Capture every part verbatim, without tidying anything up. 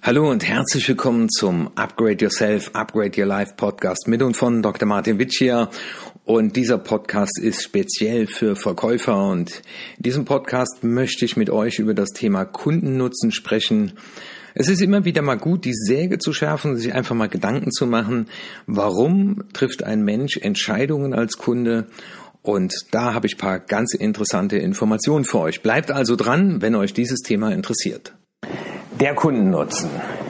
Hallo und herzlich willkommen zum Upgrade Yourself, Upgrade Your Life Podcast mit und von Doktor Martin Witsch hier. Und dieser Podcast ist speziell für Verkäufer und in diesem Podcast möchte ich mit euch über das Thema Kundennutzen sprechen. Es ist immer wieder mal gut, die Säge zu schärfen und sich einfach mal Gedanken zu machen, warum trifft ein Mensch Entscheidungen als Kunde? Und da habe ich ein paar ganz interessante Informationen für euch. Bleibt also dran, wenn euch dieses Thema interessiert. Der Kundennutzen.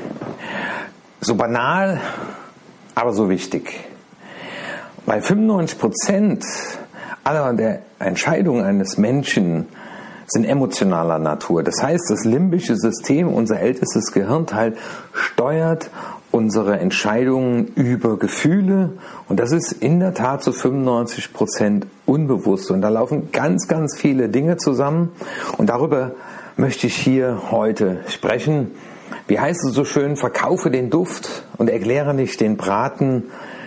So banal, aber so wichtig. Weil fünfundneunzig Prozent aller der Entscheidungen eines Menschen sind emotionaler Natur. Das heißt, das limbische System, unser ältestes Gehirnteil, steuert unsere Entscheidungen über Gefühle. Und das ist in der Tat zu fünfundneunzig Prozent unbewusst. Und da laufen ganz, ganz viele Dinge zusammen. Und darüber möchte ich hier heute sprechen. Wie heißt es so schön? Verkaufe den Duft und erkläre nicht den Braten.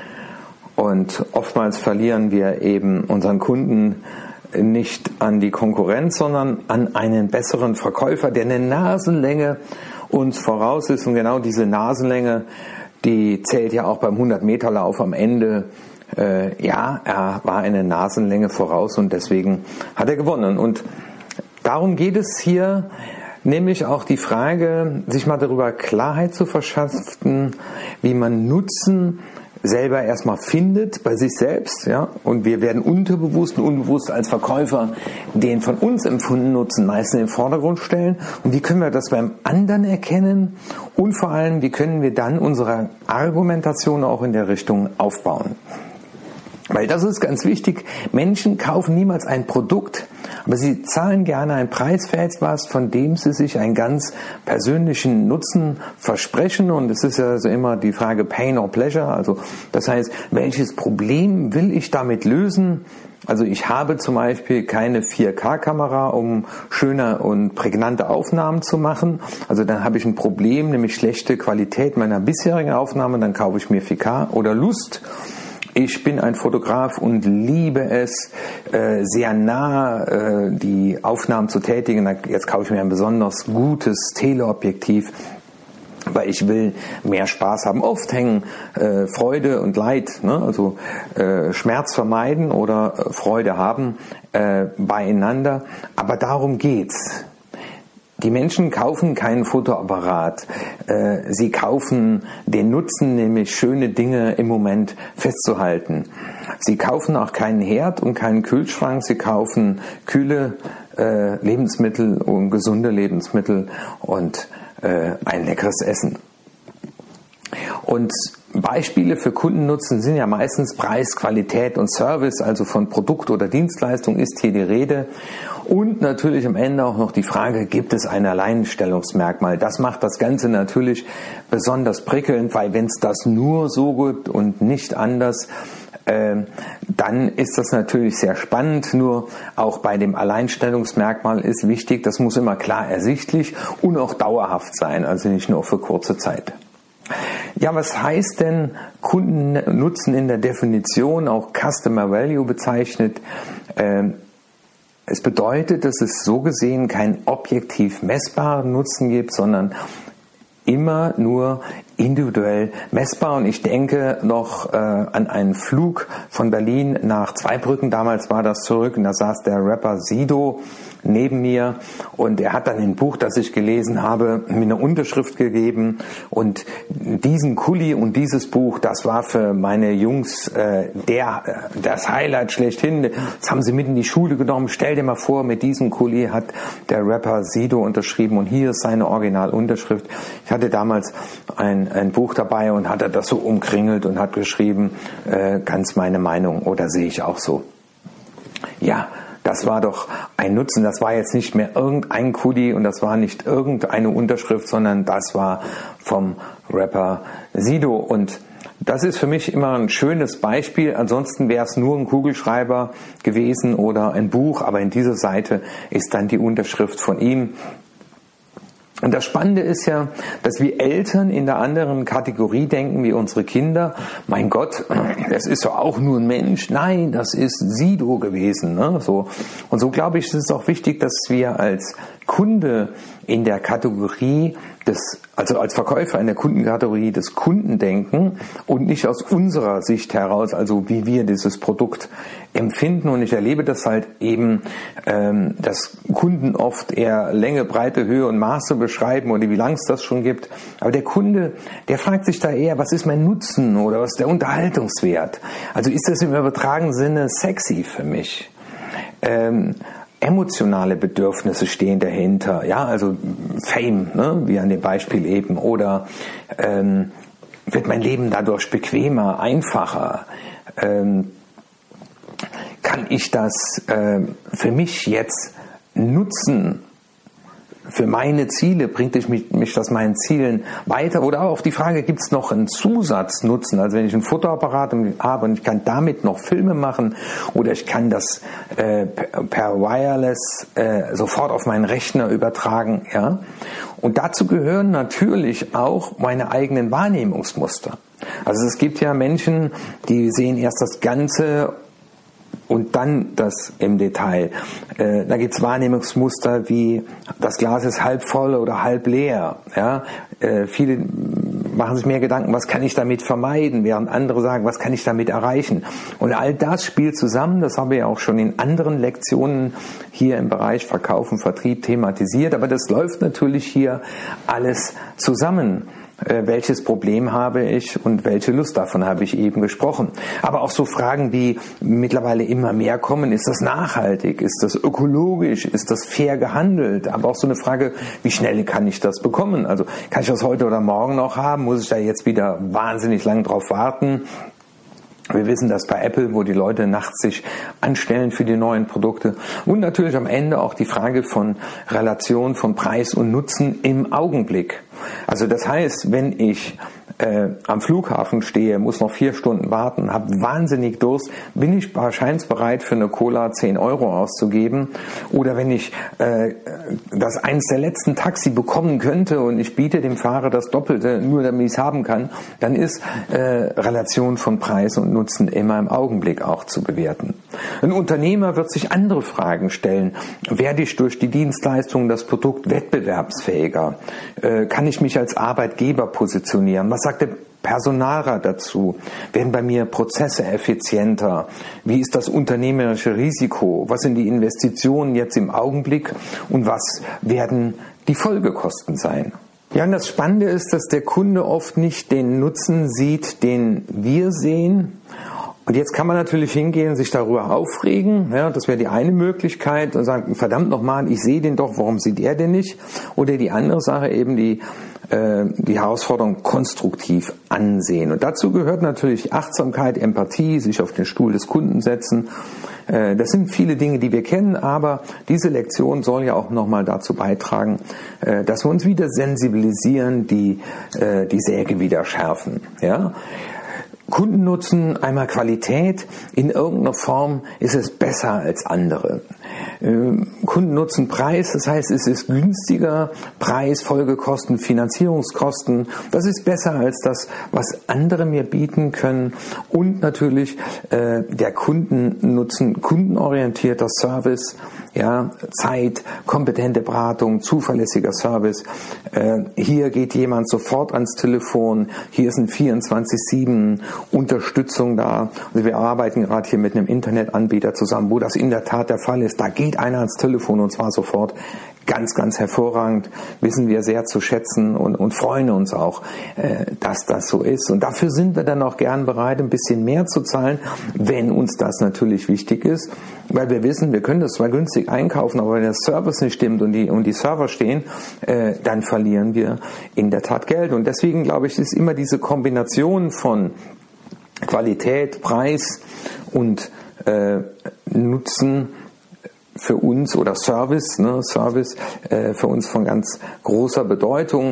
Und oftmals verlieren wir eben unseren Kunden nicht an die Konkurrenz, sondern an einen besseren Verkäufer, der eine Nasenlänge uns voraus ist. Und genau diese Nasenlänge, die zählt ja auch beim hundert-Meter-Lauf am Ende. Äh, ja, er war eine Nasenlänge voraus und deswegen hat er gewonnen. Und darum geht es hier, nämlich auch die Frage, sich mal darüber Klarheit zu verschaffen, wie man Nutzen selber erstmal findet bei sich selbst, ja, und wir werden unterbewusst und unbewusst als Verkäufer den von uns empfundenen Nutzen meistens in den Vordergrund stellen. Und wie können wir das beim anderen erkennen? Und vor allem, wie können wir dann unsere Argumentation auch in der Richtung aufbauen? Weil das ist ganz wichtig. Menschen kaufen niemals ein Produkt, aber sie zahlen gerne einen Preis für etwas, von dem sie sich einen ganz persönlichen Nutzen versprechen. Und es ist ja so immer die Frage Pain or Pleasure. Also das heißt, welches Problem will ich damit lösen? Also ich habe zum Beispiel keine vier K Kamera, um schöne und prägnante Aufnahmen zu machen. Also dann habe ich ein Problem, nämlich schlechte Qualität meiner bisherigen Aufnahmen. Dann kaufe ich mir vier K oder Lust. Ich bin ein Fotograf und liebe es, äh, sehr nah äh, die Aufnahmen zu tätigen. Jetzt kaufe ich mir ein besonders gutes Teleobjektiv, weil ich will mehr Spaß haben. Oft hängen äh, Freude und Leid, ne? also äh, Schmerz vermeiden oder äh, Freude haben äh, beieinander. Aber darum geht's. Die Menschen kaufen keinen Fotoapparat, sie kaufen den Nutzen, nämlich schöne Dinge im Moment festzuhalten. Sie kaufen auch keinen Herd und keinen Kühlschrank, sie kaufen kühle Lebensmittel und gesunde Lebensmittel und ein leckeres Essen. Und Beispiele für Kundennutzen sind ja meistens Preis, Qualität und Service, also von Produkt oder Dienstleistung ist hier die Rede. Und natürlich am Ende auch noch die Frage, gibt es ein Alleinstellungsmerkmal? Das macht das Ganze natürlich besonders prickelnd, weil wenn es das nur so gut und nicht anders, äh, dann ist das natürlich sehr spannend. Nur auch bei dem Alleinstellungsmerkmal ist wichtig, das muss immer klar ersichtlich und auch dauerhaft sein, also nicht nur für kurze Zeit. Ja, was heißt denn Kundennutzen in der Definition, auch Customer Value bezeichnet? Ähm, es bedeutet, dass es so gesehen keinen objektiv messbaren Nutzen gibt, sondern immer nur individuell messbar. Und ich denke noch äh, an einen Flug von Berlin nach Zweibrücken. Damals war das zurück und da saß der Rapper Sido neben mir und er hat dann ein Buch, das ich gelesen habe, mir eine Unterschrift gegeben und diesen Kuli und dieses Buch, das war für meine Jungs äh, der das Highlight schlechthin. Das haben sie mit in die Schule genommen. Stell dir mal vor, mit diesem Kuli hat der Rapper Sido unterschrieben und hier ist seine Originalunterschrift. Ich hatte damals ein, ein Buch dabei und hatte das so umkringelt und hat geschrieben, äh, ganz meine Meinung oder sehe ich auch so. Ja, das war doch ein Nutzen, das war jetzt nicht mehr irgendein Kuli und das war nicht irgendeine Unterschrift, sondern das war vom Rapper Sido. Und das ist für mich immer ein schönes Beispiel. Ansonsten wäre es nur ein Kugelschreiber gewesen oder ein Buch, aber in dieser Seite ist dann die Unterschrift von ihm. Und das Spannende ist ja, dass wir Eltern in der anderen Kategorie denken wie unsere Kinder. Mein Gott, das ist doch auch nur ein Mensch. Nein, das ist Sido gewesen. Ne? So. Und so glaube ich, ist es auch wichtig, dass wir als Kunde in der Kategorie des, also als Verkäufer in der Kundenkategorie des Kundendenken und nicht aus unserer Sicht heraus, also wie wir dieses Produkt empfinden. Und ich erlebe das halt eben, ähm, dass Kunden oft eher Länge, Breite, Höhe und Maße beschreiben oder wie lang es das schon gibt. Aber der Kunde, der fragt sich da eher, was ist mein Nutzen oder was ist der Unterhaltungswert? Also ist das im übertragenen Sinne sexy für mich? Ähm, Emotionale Bedürfnisse stehen dahinter, ja, also Fame, ne, wie an dem Beispiel eben, oder ähm, wird mein Leben dadurch bequemer, einfacher? Ähm, kann ich das äh, für mich jetzt nutzen? Für meine Ziele, bringt ich mich, mich das meinen Zielen weiter? Oder auch die Frage, gibt es noch einen Zusatznutzen? Also wenn ich einen Fotoapparat habe und ich kann damit noch Filme machen oder ich kann das äh, per, per Wireless äh, sofort auf meinen Rechner übertragen. Ja? Und dazu gehören natürlich auch meine eigenen Wahrnehmungsmuster. Also es gibt ja Menschen, die sehen erst das Ganze und dann das im Detail. Äh, da gibt es Wahrnehmungsmuster wie das Glas ist halb voll oder halb leer. Ja? Äh, viele machen sich mehr Gedanken, was kann ich damit vermeiden, während andere sagen, was kann ich damit erreichen. Und all das spielt zusammen, das haben wir ja auch schon in anderen Lektionen hier im Bereich Verkauf und Vertrieb thematisiert, aber das läuft natürlich hier alles zusammen. Welches Problem habe ich und welche Lust davon habe ich eben gesprochen. Aber auch so Fragen, die mittlerweile immer mehr kommen, ist das nachhaltig, ist das ökologisch, ist das fair gehandelt? Aber auch so eine Frage, wie schnell kann ich das bekommen? Also kann ich das heute oder morgen noch haben? Muss ich da jetzt wieder wahnsinnig lang drauf warten? Wir wissen das bei Apple, wo die Leute nachts sich anstellen für die neuen Produkte. Und natürlich am Ende auch die Frage von Relation von Preis und Nutzen im Augenblick. Also das heißt, wenn ich äh, am Flughafen stehe, muss noch vier Stunden warten, habe wahnsinnig Durst, bin ich wahrscheinlich bereit, für eine Cola zehn Euro auszugeben. Oder wenn ich äh, das eins der letzten Taxi bekommen könnte und ich biete dem Fahrer das Doppelte, nur damit ich es haben kann, dann ist äh, Relation von Preis und Nutzen immer im Augenblick auch zu bewerten. Ein Unternehmer wird sich andere Fragen stellen. Werde ich durch die Dienstleistung das Produkt wettbewerbsfähiger? Äh, kann ich mich als Arbeitgeber positionieren? Was sagt der Personalrat dazu? Werden bei mir Prozesse effizienter? Wie ist das unternehmerische Risiko? Was sind die Investitionen jetzt im Augenblick? Und was werden die Folgekosten sein? Ja, und das Spannende ist, dass der Kunde oft nicht den Nutzen sieht, den wir sehen. Und jetzt kann man natürlich hingehen und sich darüber aufregen. Ja, das wäre die eine Möglichkeit und sagen, verdammt nochmal, ich sehe den doch, warum sieht er denn nicht? Oder die andere Sache eben die, äh, die Herausforderung konstruktiv ansehen. Und dazu gehört natürlich Achtsamkeit, Empathie, sich auf den Stuhl des Kunden setzen. Äh, das sind viele Dinge, die wir kennen, aber diese Lektion soll ja auch nochmal dazu beitragen, äh, dass wir uns wieder sensibilisieren, die, äh, die Säge wieder schärfen. Ja? Kundennutzen, einmal Qualität, in irgendeiner Form ist es besser als andere. Ähm, Kundennutzen, Preis, das heißt, es ist günstiger, Preis, Folgekosten, Finanzierungskosten, das ist besser als das, was andere mir bieten können. Und natürlich äh, der Kundennutzen, kundenorientierter Service, ja, Zeit, kompetente Beratung, zuverlässiger Service. Äh, hier geht jemand sofort ans Telefon, hier ist ein vierundzwanzig sieben Unterstützung da. Also wir arbeiten gerade hier mit einem Internetanbieter zusammen, wo das in der Tat der Fall ist. Da geht einer ans Telefon und zwar sofort. Ganz, ganz hervorragend, wissen wir sehr zu schätzen und, und freuen uns auch, äh, dass das so ist. Und dafür sind wir dann auch gern bereit, ein bisschen mehr zu zahlen, wenn uns das natürlich wichtig ist, weil wir wissen, wir können das zwar günstig einkaufen, aber wenn der Service nicht stimmt und die, und die Server stehen, äh, dann verlieren wir in der Tat Geld. Und deswegen glaube ich, ist immer diese Kombination von Qualität, Preis und äh, Nutzen für uns oder Service, ne, Service äh, für uns von ganz großer Bedeutung.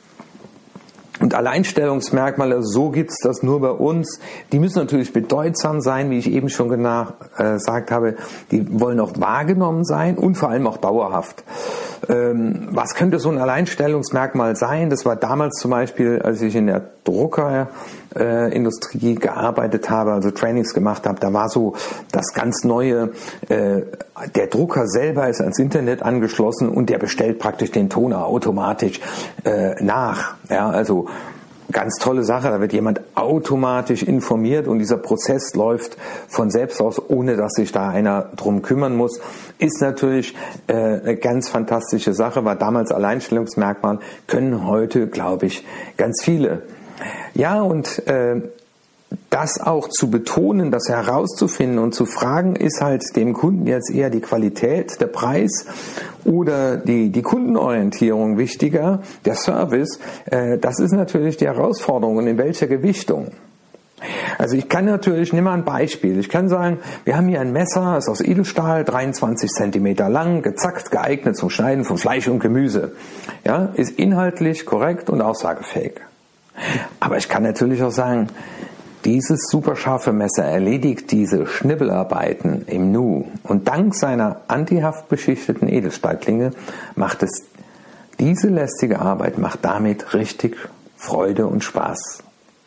Und Alleinstellungsmerkmale, so gibt's das nur bei uns. Die müssen natürlich bedeutsam sein, wie ich eben schon gesagt habe. Die wollen auch wahrgenommen sein und vor allem auch dauerhaft. Ähm, was könnte so ein Alleinstellungsmerkmal sein? Das war damals zum Beispiel, als ich in der Druckerindustrie äh, gearbeitet habe, also Trainings gemacht habe, da war so das ganz Neue, äh, der Drucker selber ist ans Internet angeschlossen und der bestellt praktisch den Toner automatisch äh, nach. Ja, also ganz tolle Sache, da wird jemand automatisch informiert und dieser Prozess läuft von selbst aus, ohne dass sich da einer drum kümmern muss. Ist natürlich äh, eine ganz fantastische Sache, war damals Alleinstellungsmerkmal, können heute, glaube ich, ganz viele. Ja, und äh, das auch zu betonen, das herauszufinden und zu fragen, ist halt dem Kunden jetzt eher die Qualität, der Preis oder die, die Kundenorientierung wichtiger, der Service, äh, das ist natürlich die Herausforderung und in welcher Gewichtung. Also ich kann natürlich, nimm mal ein Beispiel, ich kann sagen, wir haben hier ein Messer, ist aus Edelstahl, dreiundzwanzig Zentimeter lang, gezackt, geeignet zum Schneiden von Fleisch und Gemüse. Ja, ist inhaltlich korrekt und aussagefähig. Aber ich kann natürlich auch sagen, dieses superscharfe Messer erledigt diese Schnibbelarbeiten im Nu und dank seiner antihaftbeschichteten Edelstahlklinge macht es, diese lästige Arbeit macht damit richtig Freude und Spaß.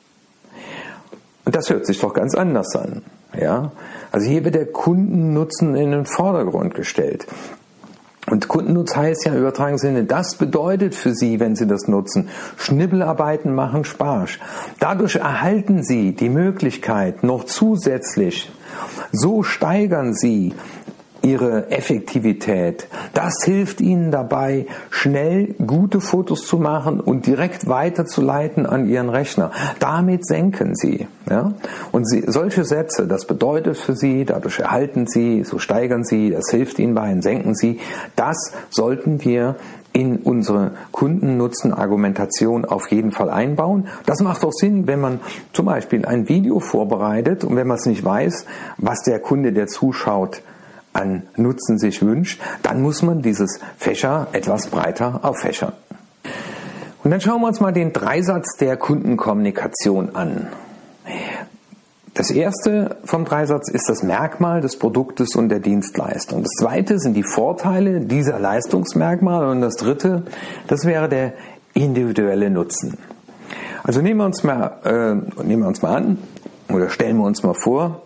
Und das hört sich doch ganz anders an. Ja? Also hier wird der Kundennutzen in den Vordergrund gestellt. Und Kundennutz heißt ja im übertragenen Sinne, das bedeutet für Sie, wenn Sie das nutzen, Schnibbelarbeiten machen Spaß. Dadurch erhalten Sie die Möglichkeit noch zusätzlich, so steigern Sie Ihre Effektivität. Das hilft Ihnen dabei, schnell gute Fotos zu machen und direkt weiterzuleiten an Ihren Rechner. Damit senken Sie. Ja? Und Sie, solche Sätze, das bedeutet für Sie, dadurch erhalten Sie, so steigern Sie, das hilft Ihnen bei, senken Sie. Das sollten wir in unsere Kundennutzen-Argumentation auf jeden Fall einbauen. Das macht auch Sinn, wenn man zum Beispiel ein Video vorbereitet und wenn man es nicht weiß, was der Kunde, der zuschaut, an Nutzen sich wünscht, dann muss man dieses Fächer etwas breiter auffächern. Und dann schauen wir uns mal den Dreisatz der Kundenkommunikation an. Das erste vom Dreisatz ist das Merkmal des Produktes und der Dienstleistung. Das zweite sind die Vorteile dieser Leistungsmerkmale und das dritte, das wäre der individuelle Nutzen. Also nehmen wir uns mal, äh, nehmen wir uns mal an oder stellen wir uns mal vor,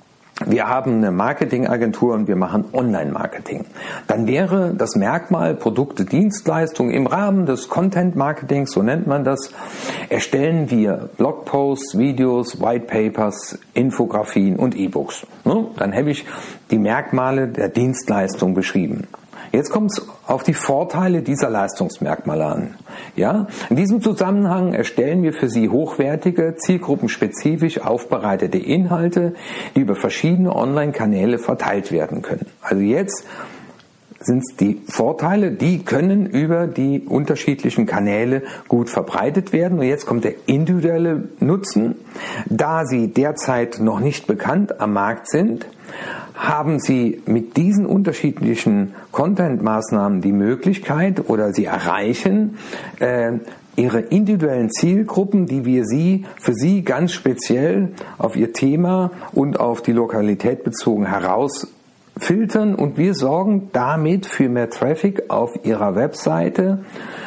wir haben eine Marketingagentur und wir machen Online-Marketing. Dann wäre das Merkmal Produkte, Dienstleistungen im Rahmen des Content-Marketings, so nennt man das, erstellen wir Blogposts, Videos, Whitepapers, Infografien und E-Books. Dann habe ich die Merkmale der Dienstleistung beschrieben. Jetzt kommt es auf die Vorteile dieser Leistungsmerkmale an. Ja? In diesem Zusammenhang erstellen wir für Sie hochwertige, zielgruppenspezifisch aufbereitete Inhalte, die über verschiedene Online-Kanäle verteilt werden können. Also jetzt sind es die Vorteile, die können über die unterschiedlichen Kanäle gut verbreitet werden. Und jetzt kommt der individuelle Nutzen. Da Sie derzeit noch nicht bekannt am Markt sind, haben Sie mit diesen unterschiedlichen Content-Maßnahmen die Möglichkeit oder Sie erreichen äh, Ihre individuellen Zielgruppen, die wir Sie für Sie ganz speziell auf Ihr Thema und auf die Lokalität bezogen herausfiltern und wir sorgen damit für mehr Traffic auf Ihrer Webseite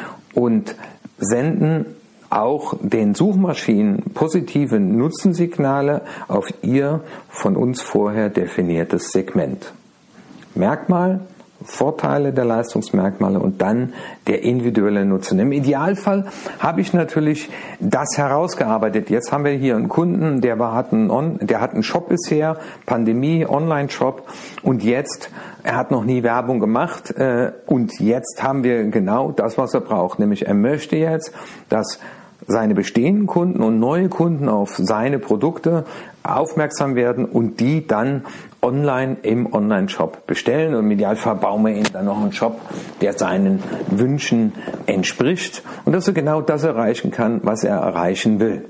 und senden auch den Suchmaschinen positive Nutzensignale auf ihr von uns vorher definiertes Segment. Merkmal, Vorteile der Leistungsmerkmale und dann der individuelle Nutzen. Im Idealfall habe ich natürlich das herausgearbeitet. Jetzt haben wir hier einen Kunden, der, war, hat, einen, der hat einen Shop bisher, Pandemie, Online-Shop und jetzt, er hat noch nie Werbung gemacht äh, und jetzt haben wir genau das, was er braucht. Nämlich er möchte jetzt, dass seine bestehenden Kunden und neue Kunden auf seine Produkte aufmerksam werden und die dann online im Online-Shop bestellen und im Idealfall bauen wir ihm dann noch einen Shop, der seinen Wünschen entspricht und dass er genau das erreichen kann, was er erreichen will.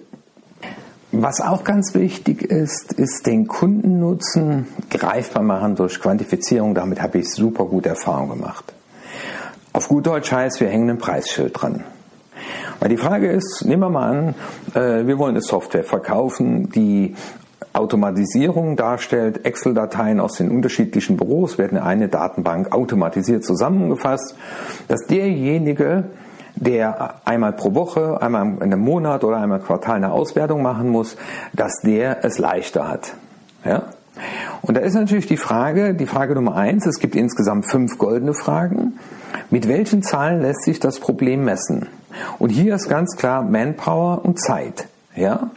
Was auch ganz wichtig ist, ist den Kundennutzen greifbar machen durch Quantifizierung. Damit habe ich super gute Erfahrungen gemacht. Auf gut Deutsch heißt, wir hängen ein Preisschild dran. Weil die Frage ist, nehmen wir mal an, wir wollen eine Software verkaufen, die Automatisierung darstellt. Excel-Dateien aus den unterschiedlichen Büros werden in eine Datenbank automatisiert zusammengefasst, dass derjenige, der einmal pro Woche, einmal in einem Monat oder einmal im Quartal eine Auswertung machen muss, dass der es leichter hat. Ja? Und da ist natürlich die Frage, die Frage Nummer eins, es gibt insgesamt fünf goldene Fragen. Mit welchen Zahlen lässt sich das Problem messen? Und hier ist ganz klar Manpower und Zeit. Ja?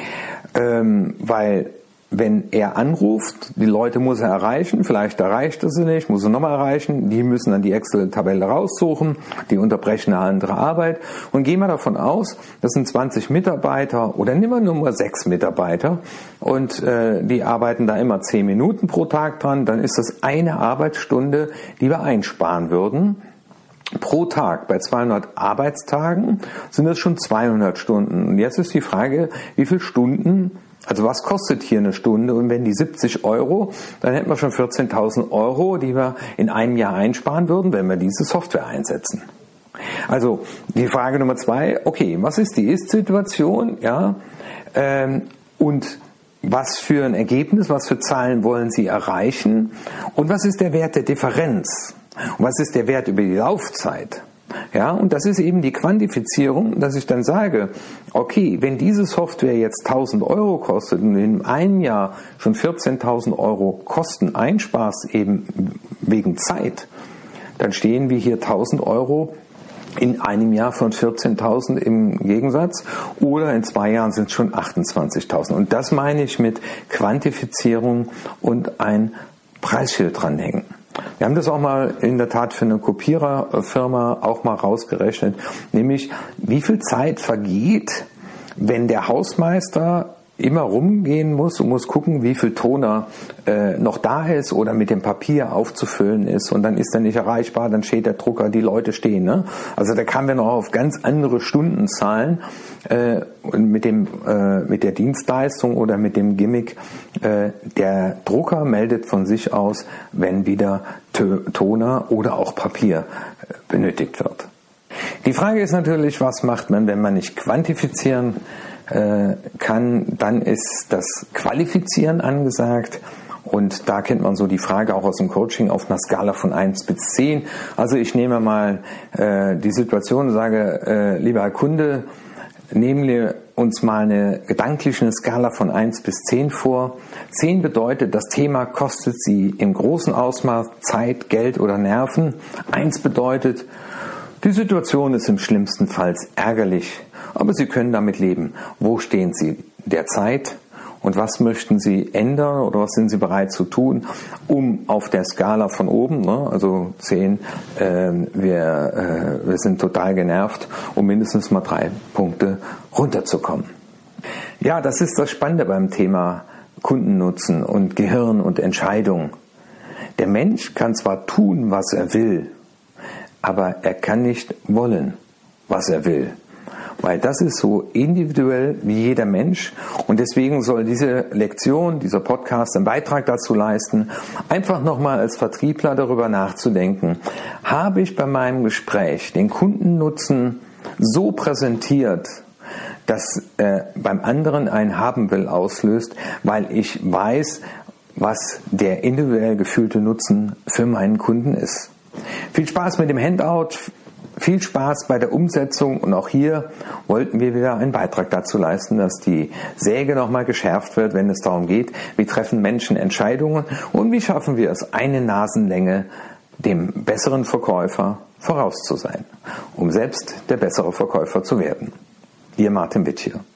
Ähm, weil wenn er anruft, die Leute muss er erreichen, vielleicht erreicht er sie nicht, muss er nochmal erreichen, die müssen dann die Excel-Tabelle raussuchen, die unterbrechen eine andere Arbeit und gehen wir davon aus, das sind zwanzig Mitarbeiter oder nehmen wir nur mal sechs Mitarbeiter und äh, die arbeiten da immer zehn Minuten pro Tag dran, dann ist das eine Arbeitsstunde, die wir einsparen würden. Pro Tag, bei zweihundert Arbeitstagen sind das schon zweihundert Stunden. Und jetzt ist die Frage, wie viele Stunden, also was kostet hier eine Stunde? Und wenn die siebzig Euro, dann hätten wir schon vierzehntausend Euro, die wir in einem Jahr einsparen würden, wenn wir diese Software einsetzen. Also die Frage Nummer zwei, okay, was ist die Ist-Situation? Ja, ähm, und was für ein Ergebnis, was für Zahlen wollen Sie erreichen? Und was ist der Wert der Differenz? Und was ist der Wert über die Laufzeit? Ja, und das ist eben die Quantifizierung, dass ich dann sage, okay, wenn diese Software jetzt tausend Euro kostet und in einem Jahr schon vierzehntausend Euro Kosten einsparst, eben wegen Zeit, dann stehen wir hier tausend Euro in einem Jahr von vierzehntausend im Gegensatz oder in zwei Jahren sind es schon achtundzwanzigtausend. Und das meine ich mit Quantifizierung und ein Preisschild dranhängen. Wir haben das auch mal in der Tat für eine Kopiererfirma auch mal rausgerechnet, nämlich wie viel Zeit vergeht, wenn der Hausmeister immer rumgehen muss und muss gucken, wie viel Toner äh, noch da ist oder mit dem Papier aufzufüllen ist und dann ist er nicht erreichbar, dann steht der Drucker, die Leute stehen. Ne? Also da kamen wir noch auf ganz andere Stundenzahlen äh, und mit dem äh, mit der Dienstleistung oder mit dem Gimmick, äh, der Drucker meldet von sich aus, wenn wieder T- Toner oder auch Papier äh, benötigt wird. Die Frage ist natürlich, was macht man, wenn man nicht quantifizieren kann, dann ist das Qualifizieren angesagt und da kennt man so die Frage auch aus dem Coaching auf einer Skala von eins bis zehn. Also ich nehme mal äh, die Situation und sage, äh, lieber Herr Kunde, nehmen wir uns mal eine gedankliche Skala von eins bis zehn vor. zehn bedeutet, das Thema kostet Sie im großen Ausmaß Zeit, Geld oder Nerven. eins bedeutet, die Situation ist im schlimmsten Fall ärgerlich, aber Sie können damit leben. Wo stehen Sie derzeit und was möchten Sie ändern oder was sind Sie bereit zu tun, um auf der Skala von oben, ne, also zehn, äh, wir, äh, wir sind total genervt, um mindestens mal drei Punkte runterzukommen. Ja, das ist das Spannende beim Thema Kundennutzen und Gehirn und Entscheidung. Der Mensch kann zwar tun, was er will, aber er kann nicht wollen, was er will. Weil das ist so individuell wie jeder Mensch und deswegen soll diese Lektion, dieser Podcast einen Beitrag dazu leisten, einfach nochmal als Vertriebler darüber nachzudenken, habe ich bei meinem Gespräch den Kundennutzen so präsentiert, dass äh, beim anderen ein Haben will auslöst, weil ich weiß, was der individuell gefühlte Nutzen für meinen Kunden ist. Viel Spaß mit dem Handout, viel Spaß bei der Umsetzung und auch hier wollten wir wieder einen Beitrag dazu leisten, dass die Säge nochmal geschärft wird, wenn es darum geht, wie treffen Menschen Entscheidungen und wie schaffen wir es, eine Nasenlänge dem besseren Verkäufer voraus zu sein, um selbst der bessere Verkäufer zu werden. Ihr Martin Witt hier.